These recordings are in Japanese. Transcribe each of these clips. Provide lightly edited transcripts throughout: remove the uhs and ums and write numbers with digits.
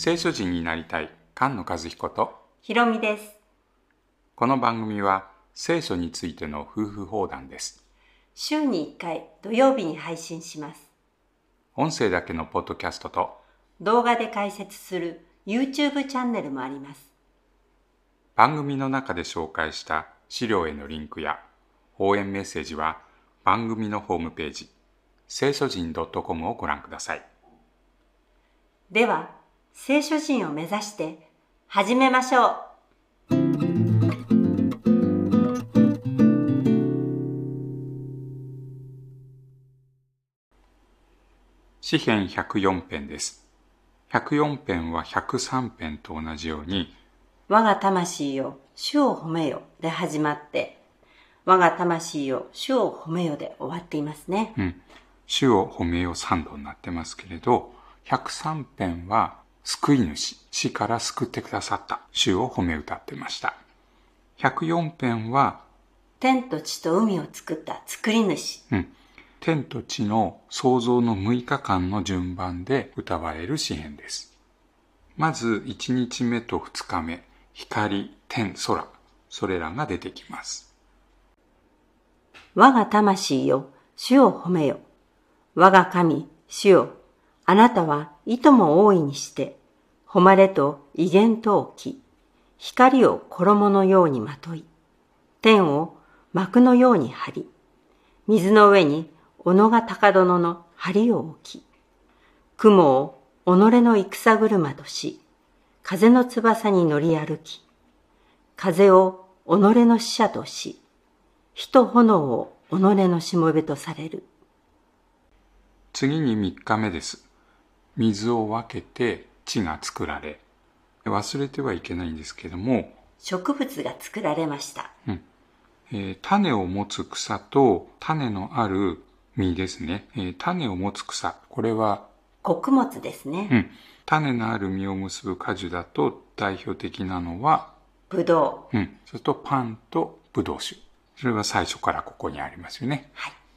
聖書人になりたい菅野和彦とひろみです。 この番組は聖書についての夫婦放談です。 週に1回土曜日に配信します。 音声だけのポッドキャストと動画で解説する YouTube チャンネルもあります。 番組の中で紹介した資料へのリンクや応援メッセージは番組のホームページ聖書人 .com をご覧ください。 では、聖書人を目指して始めましょう。 詩編104編です。104編は103編と同じように、 我が魂よ、主を褒めよで始まって、我が魂よ、主を褒めよで終わっていますね。 主を褒めよ3度になってますけれど、103編は救い主、死から救ってくださった主を褒め歌ってました。104編は天と地と海を作った作り主。 天と地の創造の6日間の順番で歌われる詩編です。まず1日目と2日目、光、天、空、それらが出てきます。 我が魂よ、主を褒めよ。我が神、主よ。あなたはいとも大いにして、誉れと威厳とを着、光を衣のようにまとい、天を幕のように張り、水の上に小野が高殿の梁を置き、雲を己の戦車とし、風の翼に乗り歩き、風を己の使者とし、火と炎を己のしもべとされる。 次に3日目です。水を分けて地が作られ、忘れてはいけないんですけども、 植物が作られました。 種を持つ草と種のある実ですね。種を持つ草、これは穀物ですね。 種のある実を結ぶ果樹だと代表的なのはぶどう。 それとパンとぶどう酒。それは最初からここにありますよね。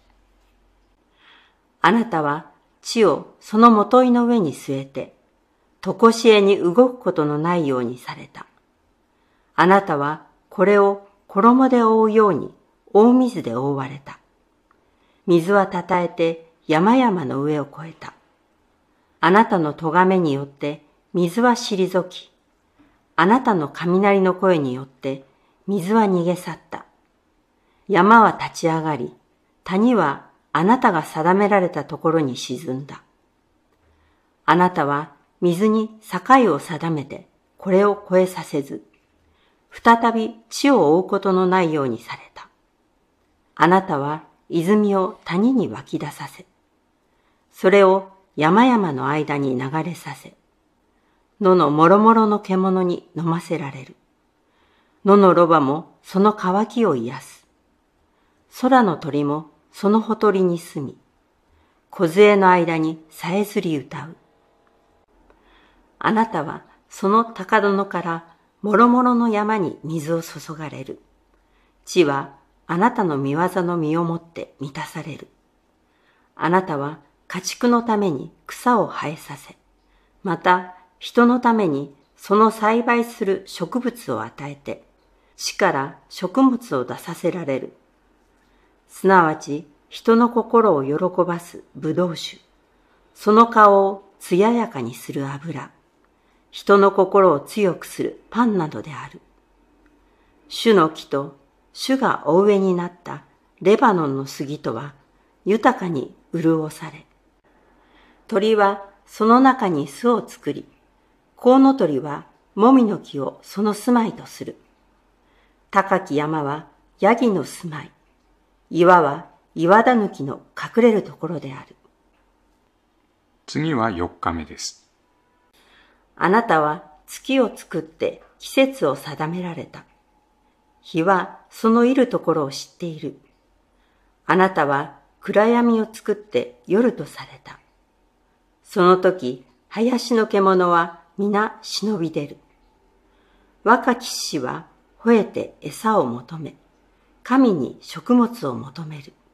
あなたは地をそのもといの上に据えて、とこしえに動くことのないようにされた。あなたはこれを衣で覆うように大水で覆われた。水はたたえて山々の上を越えた。あなたの咎めによって水は退き、あなたの雷の声によって水は逃げ去った。山は立ち上がり、谷はあなたが定められたところに沈んだ。あなたは水に境を定めてこれを越えさせず、再び地を覆うことのないようにされた。あなたは泉を谷に湧き出させ、それを山々の間に流れさせ、野のもろもろの獣に飲ませられる。野のロバもその渇きを癒す。空の鳥もそのほとりに住み、梢の間にさえずり歌う。あなたはその高殿からもろもろの山に水を注がれる。地はあなたの御業の実をもって満たされる。あなたは家畜のために草を生えさせ、また人のためにその栽培する植物を与えて、地から食物を出させられる。すなわち人の心を喜ばすぶどう酒、その顔を艶やかにする油、人の心を強くするパンなどである。主の木と主がお植えになったレバノンの杉とは豊かに潤され、鳥はその中に巣を作り、コウノトリはもみの木をその住まいとする。高き山はヤギの住まい、岩は岩だぬきの隠れるところである。 次は4日目です。 あなたは月を作って季節を定められた。日はそのいるところを知っている。あなたは暗闇を作って夜とされた。その時、林の獣は皆忍び出る。若き獅子は吠えて餌を求め、神に食物を求める。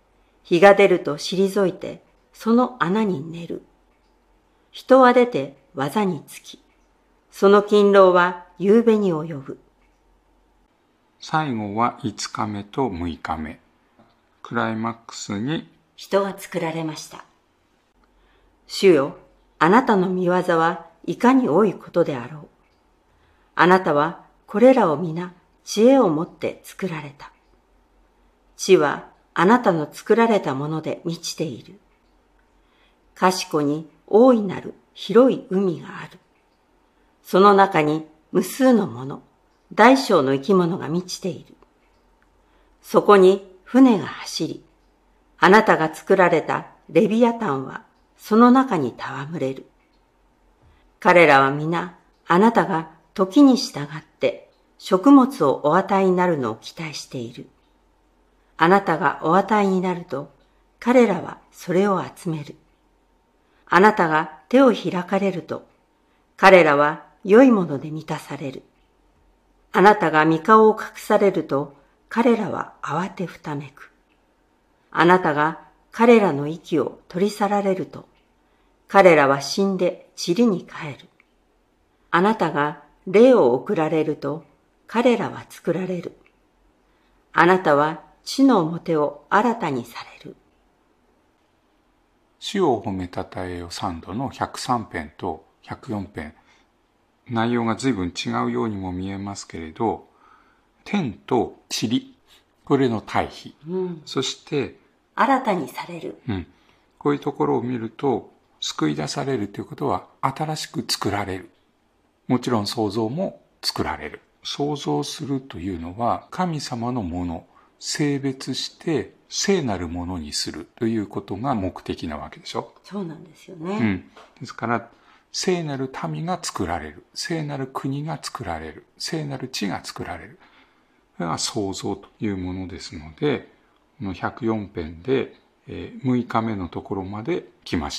日が出ると退いて、その穴に寝る。人は出て技につき、その勤労は夕べに及ぶ。 最後は5日目と6日目。クライマックスに人が作られました。主よ、あなたの御業はいかに多いことであろう。あなたはこれらを皆知恵をもって作られた。地はあなたの作られたもので満ちている。賢に大いなる広い海がある。その中に無数のもの、大小の生き物が満ちている。そこに船が走り、あなたが作られたレビアタンはその中に戯れる。彼らは皆あなたが時に従って食物をお与えになるのを期待している。あなたがお与えになると彼らはそれを集める。あなたが手を開かれると彼らは良いもので満たされる。あなたが御顔を隠されると彼らは慌てふためく。あなたが彼らの息を取り去られると彼らは死んで塵に帰る。あなたが霊を送られると彼らは作られる。あなたは地の表を新たにされる。 主を褒めたたえよ3度の103編と104編。内容が随分違うようにも見えますけれど、天と塵、これの対比。そして、 新たにされる。 こういうところを見ると、救い出されるということは新しく作られる。もちろん創造も作られる。創造するというのは神様のもの、性別して聖なるものにするということが目的なわけでしょ。 そうなんですよね。 ですから聖なる民が作られる、聖なる国が作られる、聖なる地が作られる。これが創造というものですので、この104編で6日目のところまで来ました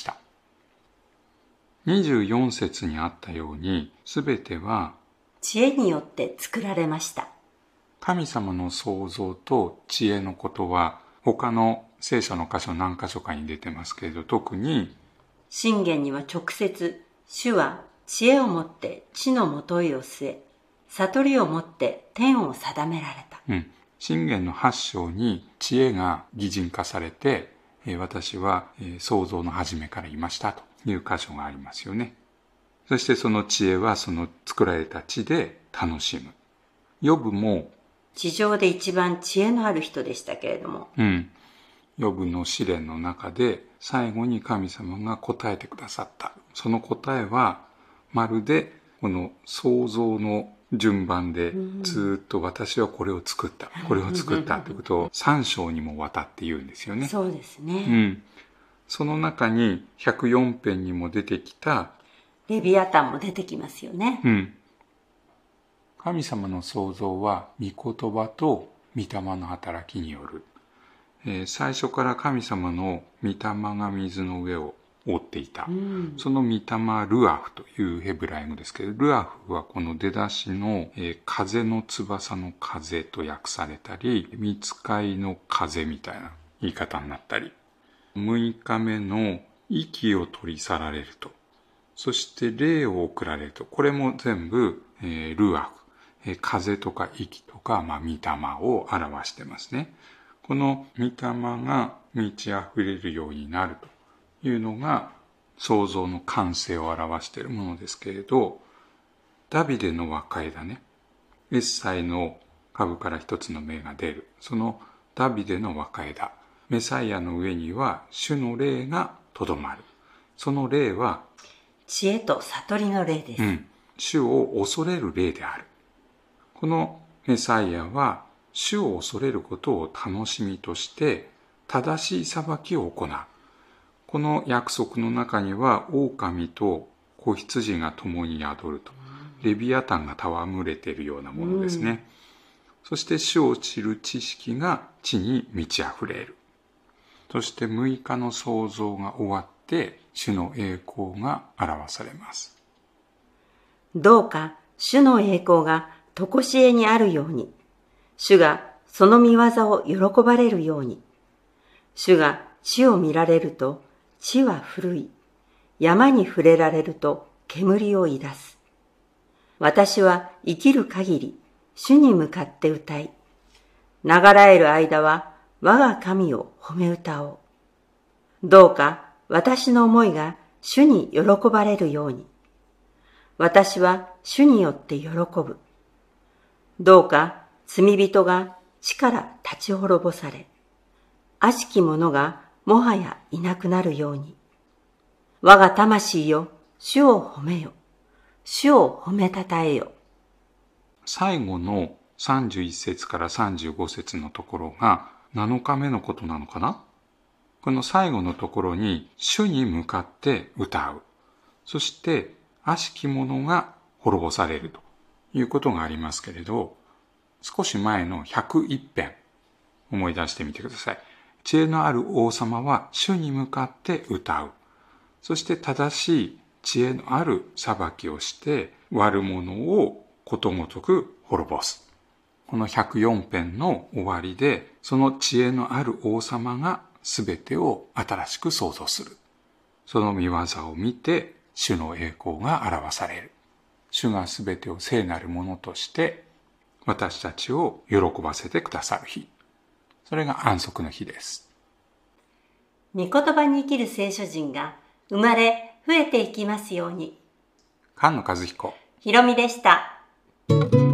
。24節にあったように、すべては知恵によって作られました。 神様の創造と知恵のことは他の聖書の箇所何箇所かに出てますけれど、特に箴言には直接、主は知恵をもって地のもといを据え、悟りをもって天を定められた。 箴言の8章に知恵が擬人化されて、私は創造の初めからいましたという箇所がありますよね。そしてその知恵はその作られた地で楽しむ。ヨブも地上で一番知恵のある人でしたけれども、 ヨブの試練の中で最後に神様が答えてくださった。その答えはまるでこの創造の順番でずっと私はこれを作った、これを作ったということを3章にもわたって言うんですよね。 そうですね。 その中に104編にも出てきたレビアタンも出てきますよね。 神様の創造は御言葉と御霊の働きによる。最初から神様の御霊が水の上を覆っていた。その御霊ルアフというヘブライ語ですけど、ルアフはこの出だしの、風の翼の風と訳されたり、御使いの風みたいな言い方になったり、6日目の息を取り去られると。そして霊を送られると。これも全部、ルアフ。風とか息とか、御霊を表してますね。この御霊が満ち溢れるようになるというのが創造の完成を表しているものですけれど、ダビデの若枝ね、エッサイの株から一つの芽が出る。そのダビデの若枝、メサイアの上には主の霊がとどまる。その霊は知恵と悟りの霊です。 主を恐れる霊である。このメサイアは主を恐れることを楽しみとして正しい裁きを行う。この約束の中には狼と子羊が共に宿ると。レビアタンが戯れているようなものですね。そして主を知る知識が地に満ち溢れる。そして6日の創造が終わって主の栄光が表されます。 どうか主の栄光が常しえにあるように、主がその御業を喜ばれるように、主が地を見られると地は古い、山に触れられると煙を出す。私は生きる限り主に向かって歌い、流らえる間は我が神を褒め歌おう。どうか私の思いが主に喜ばれるように。私は主によって喜ぶ。どうか罪人が地から立ち滅ぼされ、悪しき者がもはやいなくなるように。我が魂よ、主を褒めよ。主を褒めたたえよ。 最後の31節から35節のところが7日目のことなのかな？この最後のところに主に向かって歌う。そして悪しき者が滅ぼされるということがありますけれど、少し前の101編思い出してみてください。知恵のある王様は主に向かって歌う。そして正しい知恵のある裁きをして悪者をことごとく滅ぼす。この104編の終わりで、その知恵のある王様がすべてを新しく創造する。その見業を見て主の栄光が表される。主がすべてを聖なるものとして私たちを喜ばせてくださる日。それが安息の日です。 御言葉に生きる聖書人が生まれ増えていきますように。 菅野和彦、 ひろみでした。